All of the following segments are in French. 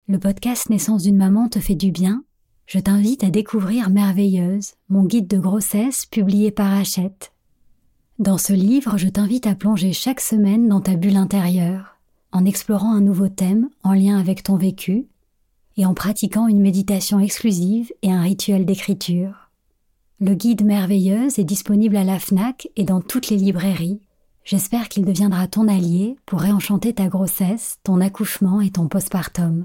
Le podcast Naissance d'une maman te fait du bien? Je t'invite à découvrir Merveilleuse, mon guide de grossesse publié par Hachette. Dans ce livre, je t'invite à plonger chaque semaine dans ta bulle intérieure, en explorant un nouveau thème en lien avec ton vécu et en pratiquant une méditation exclusive et un rituel d'écriture. Le guide Merveilleuse est disponible à la Fnac et dans toutes les librairies. J'espère qu'il deviendra ton allié pour réenchanter ta grossesse, ton accouchement et ton postpartum.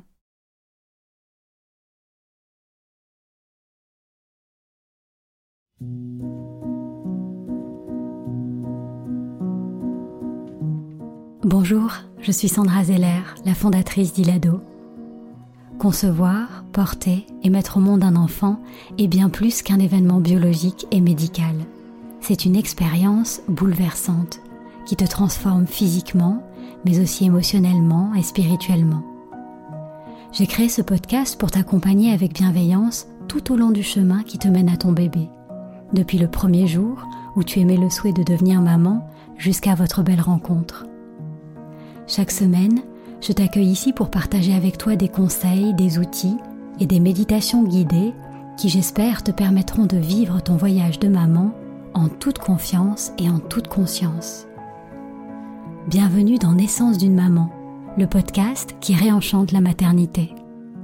Bonjour, je suis Sandra Zeller, la fondatrice d'Ilado. Concevoir, porter et mettre au monde un enfant est bien plus qu'un événement biologique et médical. C'est une expérience bouleversante qui te transforme physiquement, mais aussi émotionnellement et spirituellement. J'ai créé ce podcast pour t'accompagner avec bienveillance tout au long du chemin qui te mène à ton bébé. Depuis le premier jour où tu émets le souhait de devenir maman jusqu'à votre belle rencontre. Chaque semaine, je t'accueille ici pour partager avec toi des conseils, des outils et des méditations guidées qui, j'espère, te permettront de vivre ton voyage de maman en toute confiance et en toute conscience. Bienvenue dans Naissance d'une maman, le podcast qui réenchante la maternité.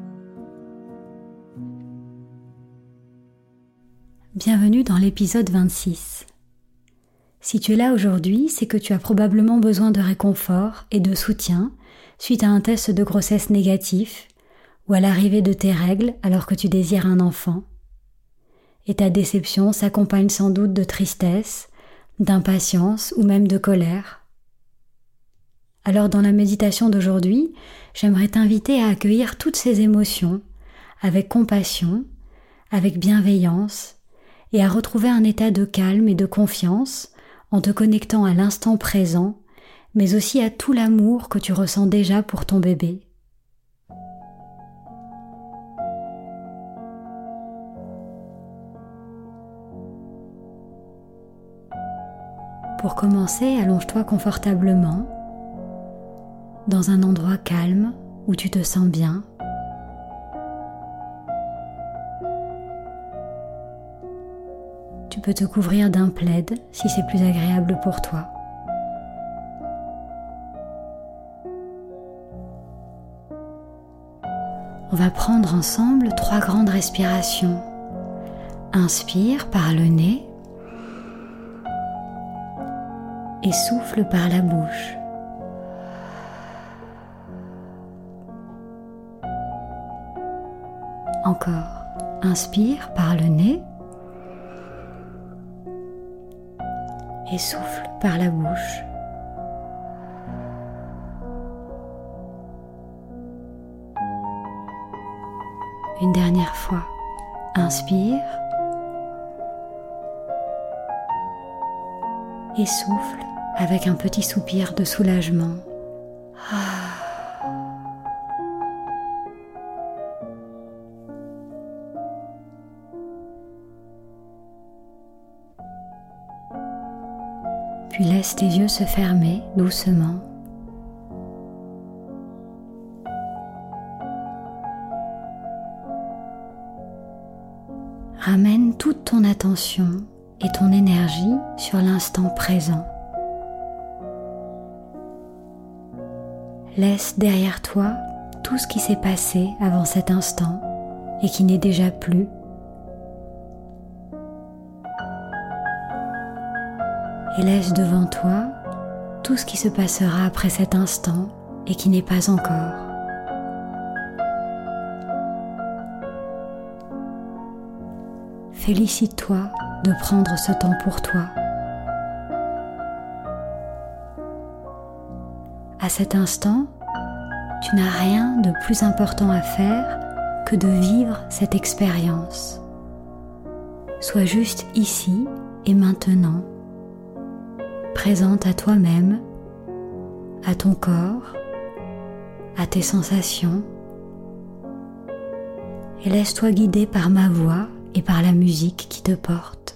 Bienvenue dans l'épisode 26. Si tu es là aujourd'hui, c'est que tu as probablement besoin de réconfort et de soutien suite à un test de grossesse négatif ou à l'arrivée de tes règles alors que tu désires un enfant. Et ta déception s'accompagne sans doute de tristesse, d'impatience ou même de colère. Alors dans la méditation d'aujourd'hui, j'aimerais t'inviter à accueillir toutes ces émotions avec compassion, avec bienveillance et à retrouver un état de calme et de confiance en te connectant à l'instant présent, mais aussi à tout l'amour que tu ressens déjà pour ton bébé. Pour commencer, allonge-toi confortablement, dans un endroit calme où tu te sens bien. Tu peux te couvrir d'un plaid si c'est plus agréable pour toi. On va prendre ensemble 3 grandes respirations. Inspire par le nez et souffle par la bouche. Encore. Inspire par le nez et souffle par la bouche. Une dernière fois. Inspire et souffle avec un petit soupir de soulagement. Puis laisse tes yeux se fermer doucement. Ramène toute ton attention et ton énergie sur l'instant présent. Laisse derrière toi tout ce qui s'est passé avant cet instant et qui n'est déjà plus. Et laisse devant toi tout ce qui se passera après cet instant et qui n'est pas encore. Félicite-toi de prendre ce temps pour toi. À cet instant, tu n'as rien de plus important à faire que de vivre cette expérience. Sois juste ici et maintenant, présente à toi-même, à ton corps, à tes sensations, et laisse-toi guider par ma voix et par la musique qui te porte.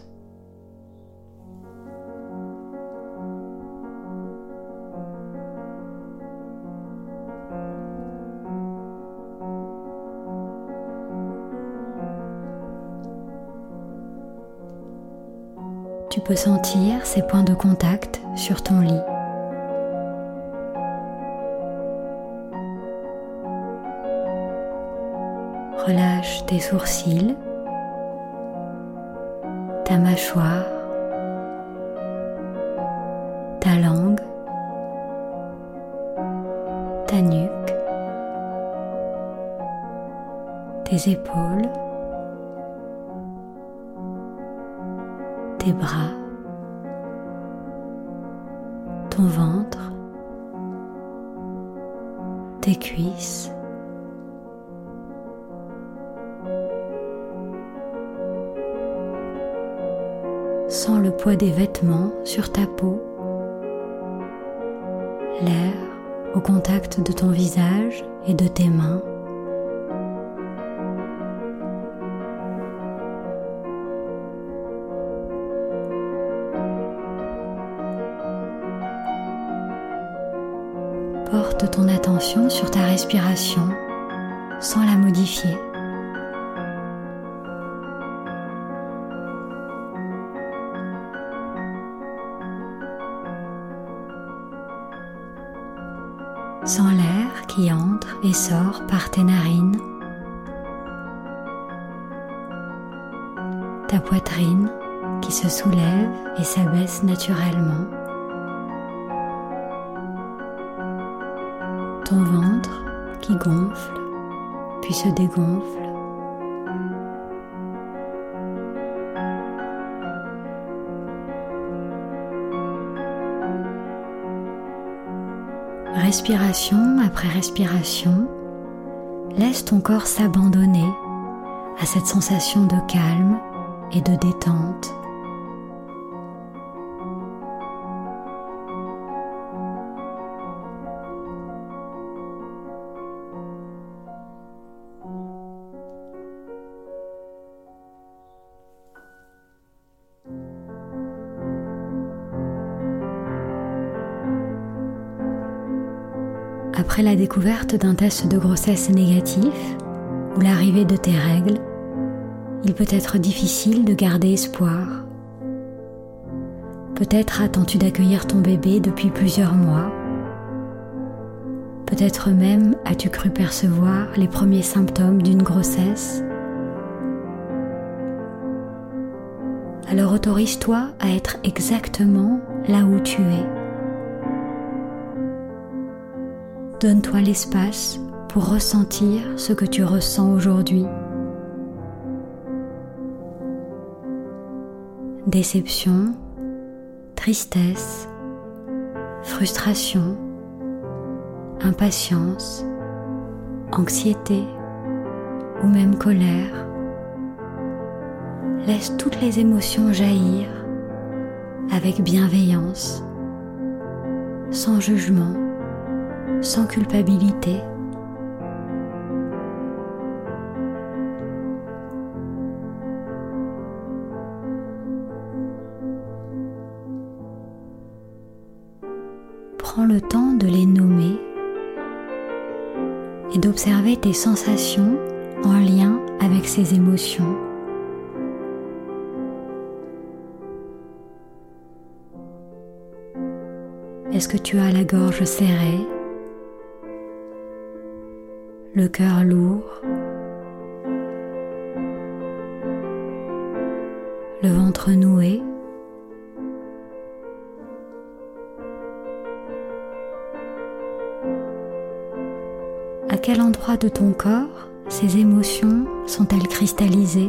Tu peux sentir ces points de contact sur ton lit. Relâche tes sourcils, ta mâchoire, ta langue, ta nuque, tes épaules, tes bras, ton ventre, tes cuisses, sens le poids des vêtements sur ta peau, l'air au contact de ton visage et de tes mains. Porte ton attention sur ta respiration sans la modifier. Sens l'air qui entre et sort par tes narines, ta poitrine qui se soulève et s'abaisse naturellement, ton ventre qui gonfle puis se dégonfle, respiration après respiration, laisse ton corps s'abandonner à cette sensation de calme et de détente. Après la découverte d'un test de grossesse négatif ou l'arrivée de tes règles, il peut être difficile de garder espoir. Peut-être attends-tu d'accueillir ton bébé depuis plusieurs mois. Peut-être même as-tu cru percevoir les premiers symptômes d'une grossesse. Alors autorise-toi à être exactement là où tu es. Donne-toi l'espace pour ressentir ce que tu ressens aujourd'hui. Déception, tristesse, frustration, impatience, anxiété ou même colère. Laisse toutes les émotions jaillir avec bienveillance, sans jugement, sans culpabilité. Prends le temps de les nommer et d'observer tes sensations en lien avec ces émotions. Est-ce que tu as la gorge serrée, le cœur lourd, le ventre noué? À quel endroit de ton corps ces émotions sont-elles cristallisées?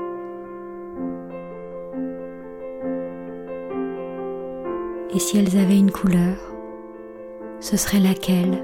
Et si elles avaient une couleur, ce serait laquelle?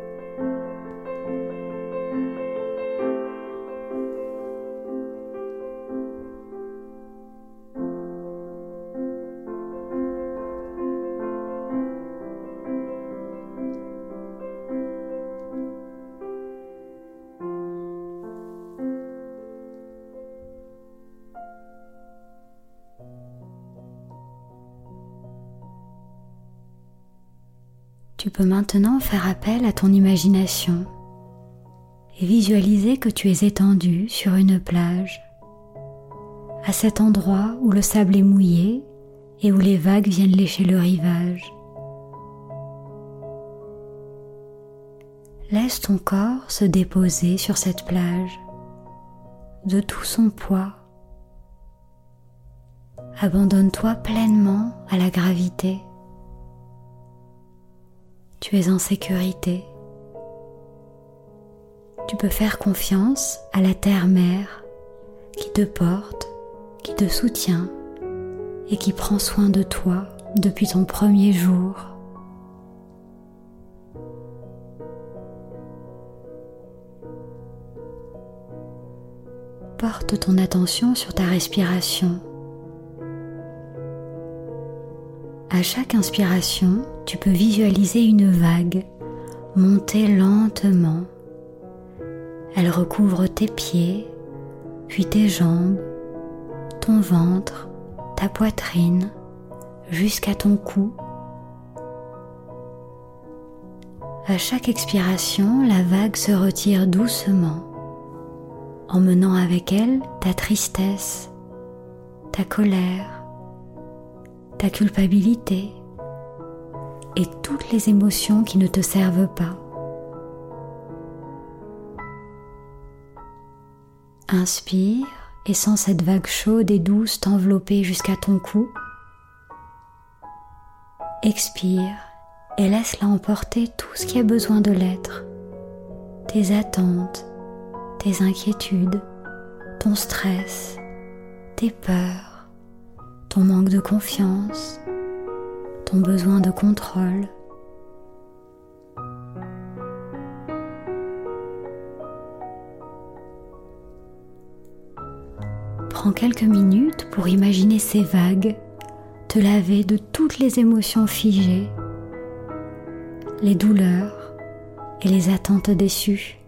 Tu peux maintenant faire appel à ton imagination et visualiser que tu es étendu sur une plage, à cet endroit où le sable est mouillé et où les vagues viennent lécher le rivage. Laisse ton corps se déposer sur cette plage de tout son poids. Abandonne-toi pleinement à la gravité. Tu es en sécurité. Tu peux faire confiance à la terre-mère qui te porte, qui te soutient et qui prend soin de toi depuis ton premier jour. Porte ton attention sur ta respiration. À chaque inspiration, tu peux visualiser une vague monter lentement. Elle recouvre tes pieds, puis tes jambes, ton ventre, ta poitrine, jusqu'à ton cou. À chaque expiration, la vague se retire doucement, emmenant avec elle ta tristesse, ta colère, ta culpabilité et toutes les émotions qui ne te servent pas. Inspire et sens cette vague chaude et douce t'envelopper jusqu'à ton cou. Expire et laisse-la emporter tout ce qui a besoin de l'être. Tes attentes, tes inquiétudes, ton stress, tes peurs, ton manque de confiance, ton besoin de contrôle. Prends quelques minutes pour imaginer ces vagues te laver de toutes les émotions figées, les douleurs et les attentes déçues.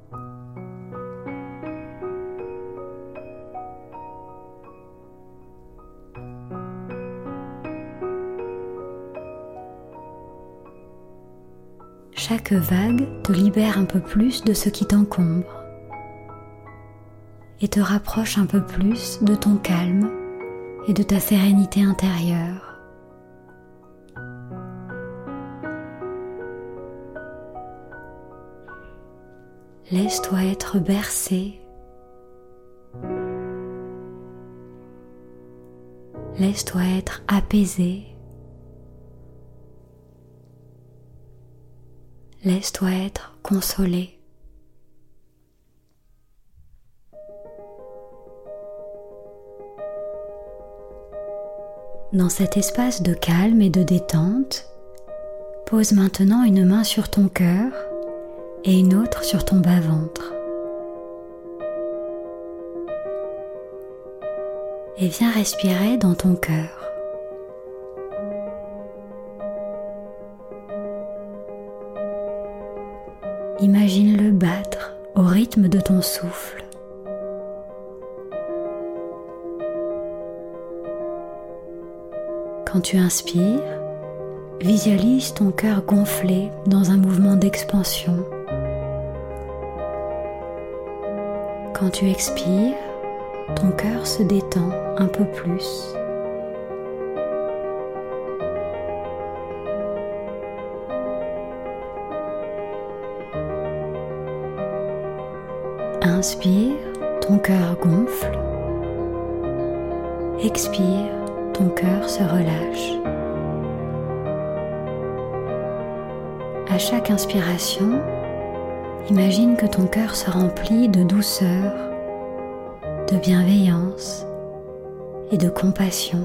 Chaque vague te libère un peu plus de ce qui t'encombre et te rapproche un peu plus de ton calme et de ta sérénité intérieure. Laisse-toi être bercé. Laisse-toi être apaisé. Laisse-toi être consolé. Dans cet espace de calme et de détente, pose maintenant une main sur ton cœur et une autre sur ton bas-ventre. Et viens respirer dans ton cœur. Imagine-le battre au rythme de ton souffle. Quand tu inspires, visualise ton cœur gonflé dans un mouvement d'expansion. Quand tu expires, ton cœur se détend un peu plus. Inspire, ton cœur gonfle. Expire, ton cœur se relâche. À chaque inspiration, imagine que ton cœur se remplit de douceur, de bienveillance et de compassion.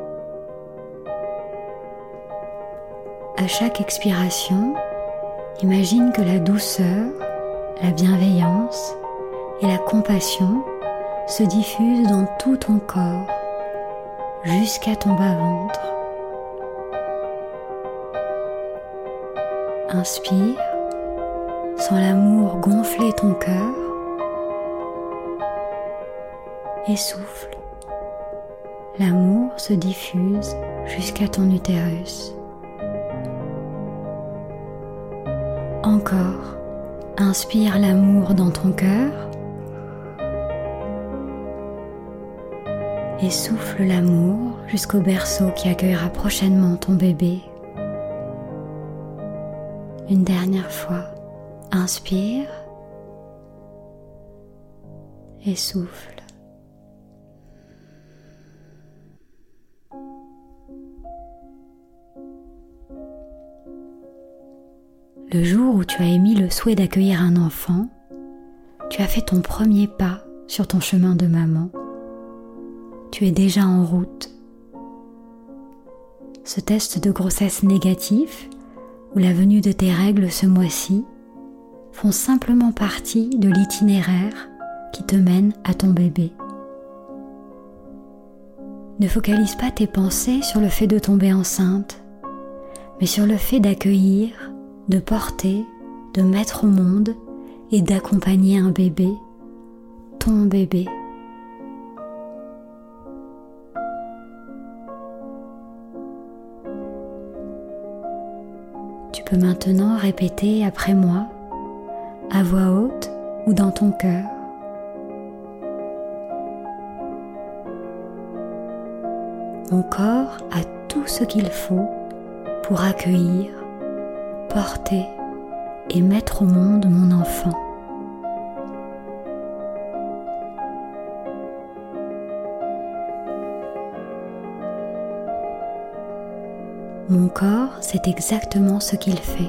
À chaque expiration, imagine que la douceur, la bienveillance et la compassion se diffusent dans tout ton corps, jusqu'à ton bas-ventre. Inspire, sens l'amour gonfler ton cœur et souffle. L'amour se diffuse jusqu'à ton utérus. Encore, inspire l'amour dans ton cœur. et souffle l'amour jusqu'au berceau qui accueillera prochainement ton bébé. Une dernière fois, inspire et souffle. Le jour où tu as émis le souhait d'accueillir un enfant, tu as fait ton premier pas sur ton chemin de maman. Tu es déjà en route. Ce test de grossesse négatif ou la venue de tes règles ce mois-ci font simplement partie de l'itinéraire qui te mène à ton bébé. Ne focalise pas tes pensées sur le fait de tomber enceinte, mais sur le fait d'accueillir, de porter, de mettre au monde et d'accompagner un bébé, ton bébé. Tu peux maintenant répéter après moi, à voix haute ou dans ton cœur. Mon corps a tout ce qu'il faut pour accueillir, porter et mettre au monde mon enfant. Mon corps sait exactement ce qu'il fait.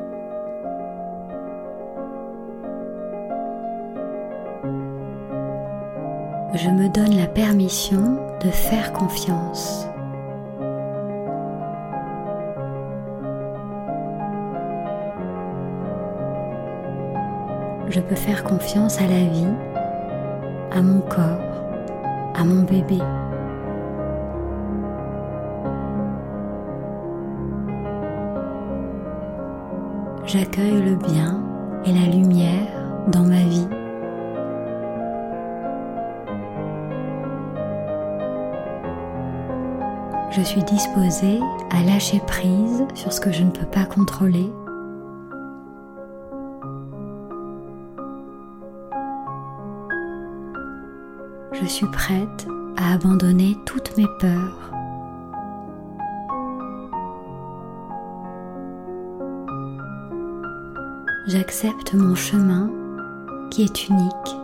Je me donne la permission de faire confiance. Je peux faire confiance à la vie, à mon corps, à mon bébé. J'accueille le bien et la lumière dans ma vie. Je suis disposée à lâcher prise sur ce que je ne peux pas contrôler. Je suis prête à abandonner toutes mes peurs. J'accepte mon chemin qui est unique.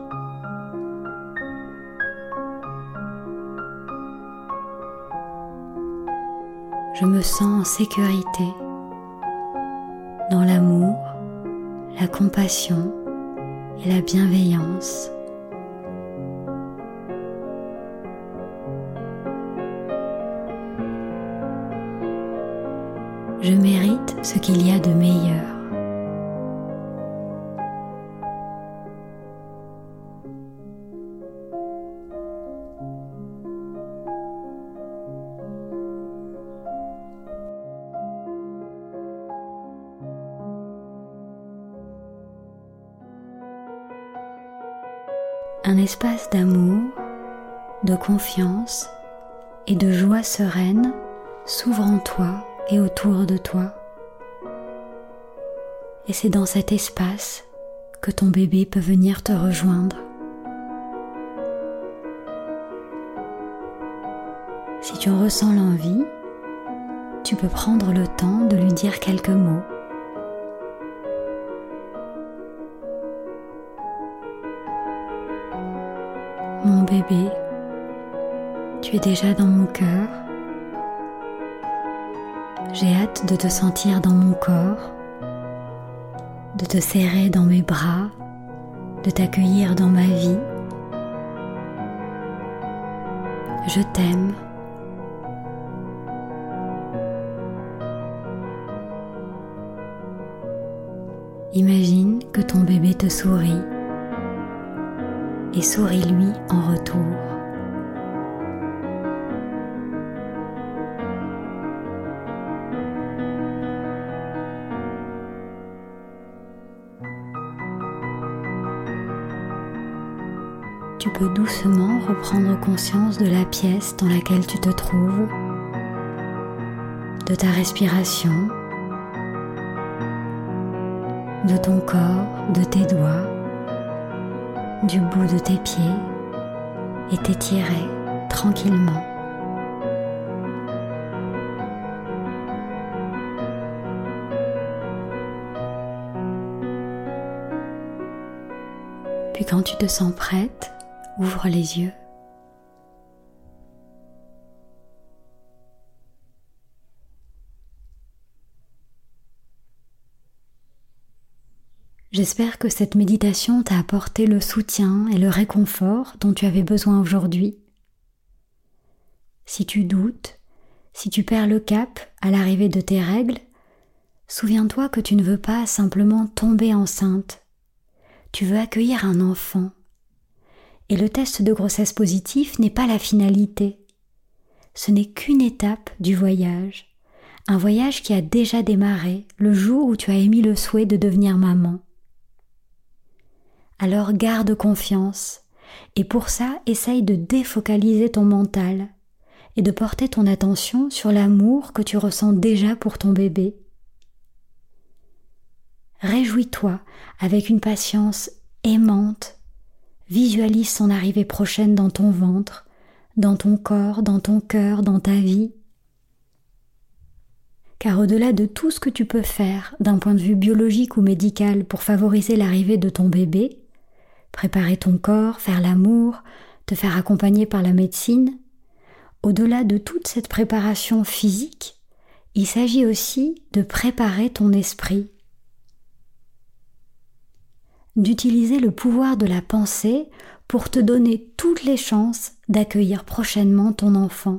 Je me sens en sécurité dans l'amour, la compassion et la bienveillance. Je mérite ce qu'il y a de meilleur. Un espace d'amour, de confiance et de joie sereine s'ouvre en toi et autour de toi. Et c'est dans cet espace que ton bébé peut venir te rejoindre. Si tu en ressens l'envie, tu peux prendre le temps de lui dire quelques mots. Mon bébé, tu es déjà dans mon cœur. J'ai hâte de te sentir dans mon corps, de te serrer dans mes bras, de t'accueillir dans ma vie. Je t'aime. Imagine que ton bébé te sourit et souris-lui en retour. Tu peux doucement reprendre conscience de la pièce dans laquelle tu te trouves, de ta respiration, de ton corps, de tes doigts, du bout de tes pieds et t'étirer tranquillement. Puis quand tu te sens prête, ouvre les yeux. J'espère que cette méditation t'a apporté le soutien et le réconfort dont tu avais besoin aujourd'hui. Si tu doutes, si tu perds le cap à l'arrivée de tes règles, souviens-toi que tu ne veux pas simplement tomber enceinte. Tu veux accueillir un enfant. Et le test de grossesse positif n'est pas la finalité. Ce n'est qu'une étape du voyage. Un voyage qui a déjà démarré le jour où tu as émis le souhait de devenir maman. Alors garde confiance et pour ça, essaye de défocaliser ton mental et de porter ton attention sur l'amour que tu ressens déjà pour ton bébé. Réjouis-toi avec une patience aimante. Visualise son arrivée prochaine dans ton ventre, dans ton corps, dans ton cœur, dans ta vie. Car au-delà de tout ce que tu peux faire d'un point de vue biologique ou médical pour favoriser l'arrivée de ton bébé, préparer ton corps, faire l'amour, te faire accompagner par la médecine, au-delà de toute cette préparation physique, il s'agit aussi de préparer ton esprit, d'utiliser le pouvoir de la pensée pour te donner toutes les chances d'accueillir prochainement ton enfant.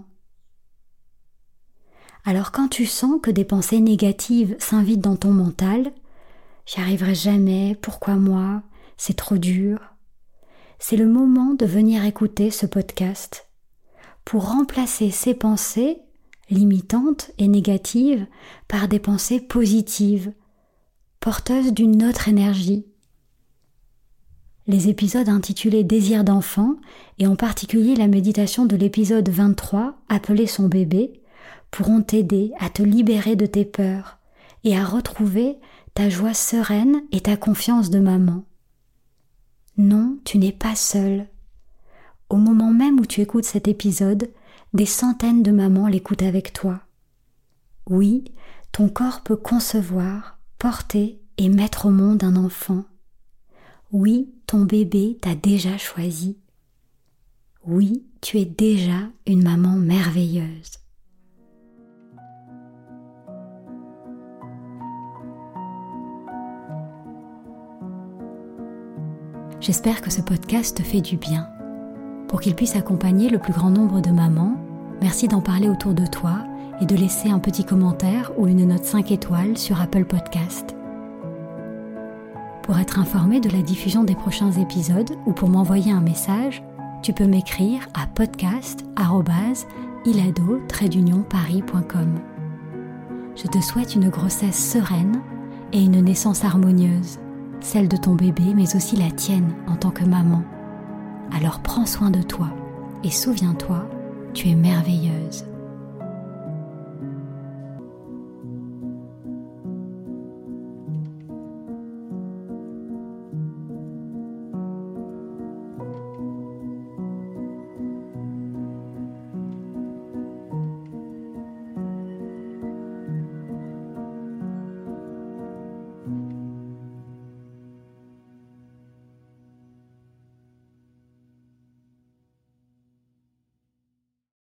Alors quand tu sens que des pensées négatives s'invitent dans ton mental, « j'y arriverai jamais, pourquoi moi ? C'est trop dur », c'est le moment de venir écouter ce podcast pour remplacer ces pensées limitantes et négatives par des pensées positives, porteuses d'une autre énergie. Les épisodes intitulés « Désir d'enfant » et en particulier la méditation de l'épisode 23 appelé « Son bébé » pourront t'aider à te libérer de tes peurs et à retrouver ta joie sereine et ta confiance de maman. Non, tu n'es pas seule. Au moment même où tu écoutes cet épisode, des centaines de mamans l'écoutent avec toi. Oui, ton corps peut concevoir, porter et mettre au monde un enfant. Oui, ton bébé t'a déjà choisi. Oui, tu es déjà une maman merveilleuse. J'espère que ce podcast te fait du bien. Pour qu'il puisse accompagner le plus grand nombre de mamans, merci d'en parler autour de toi et de laisser un petit commentaire ou une note 5 étoiles sur Apple Podcast. Pour être informé de la diffusion des prochains épisodes ou pour m'envoyer un message, tu peux m'écrire à podcast@ilado-paris.com. Je te souhaite une grossesse sereine et une naissance harmonieuse, celle de ton bébé mais aussi la tienne en tant que maman. Alors prends soin de toi et souviens-toi, tu es merveilleuse.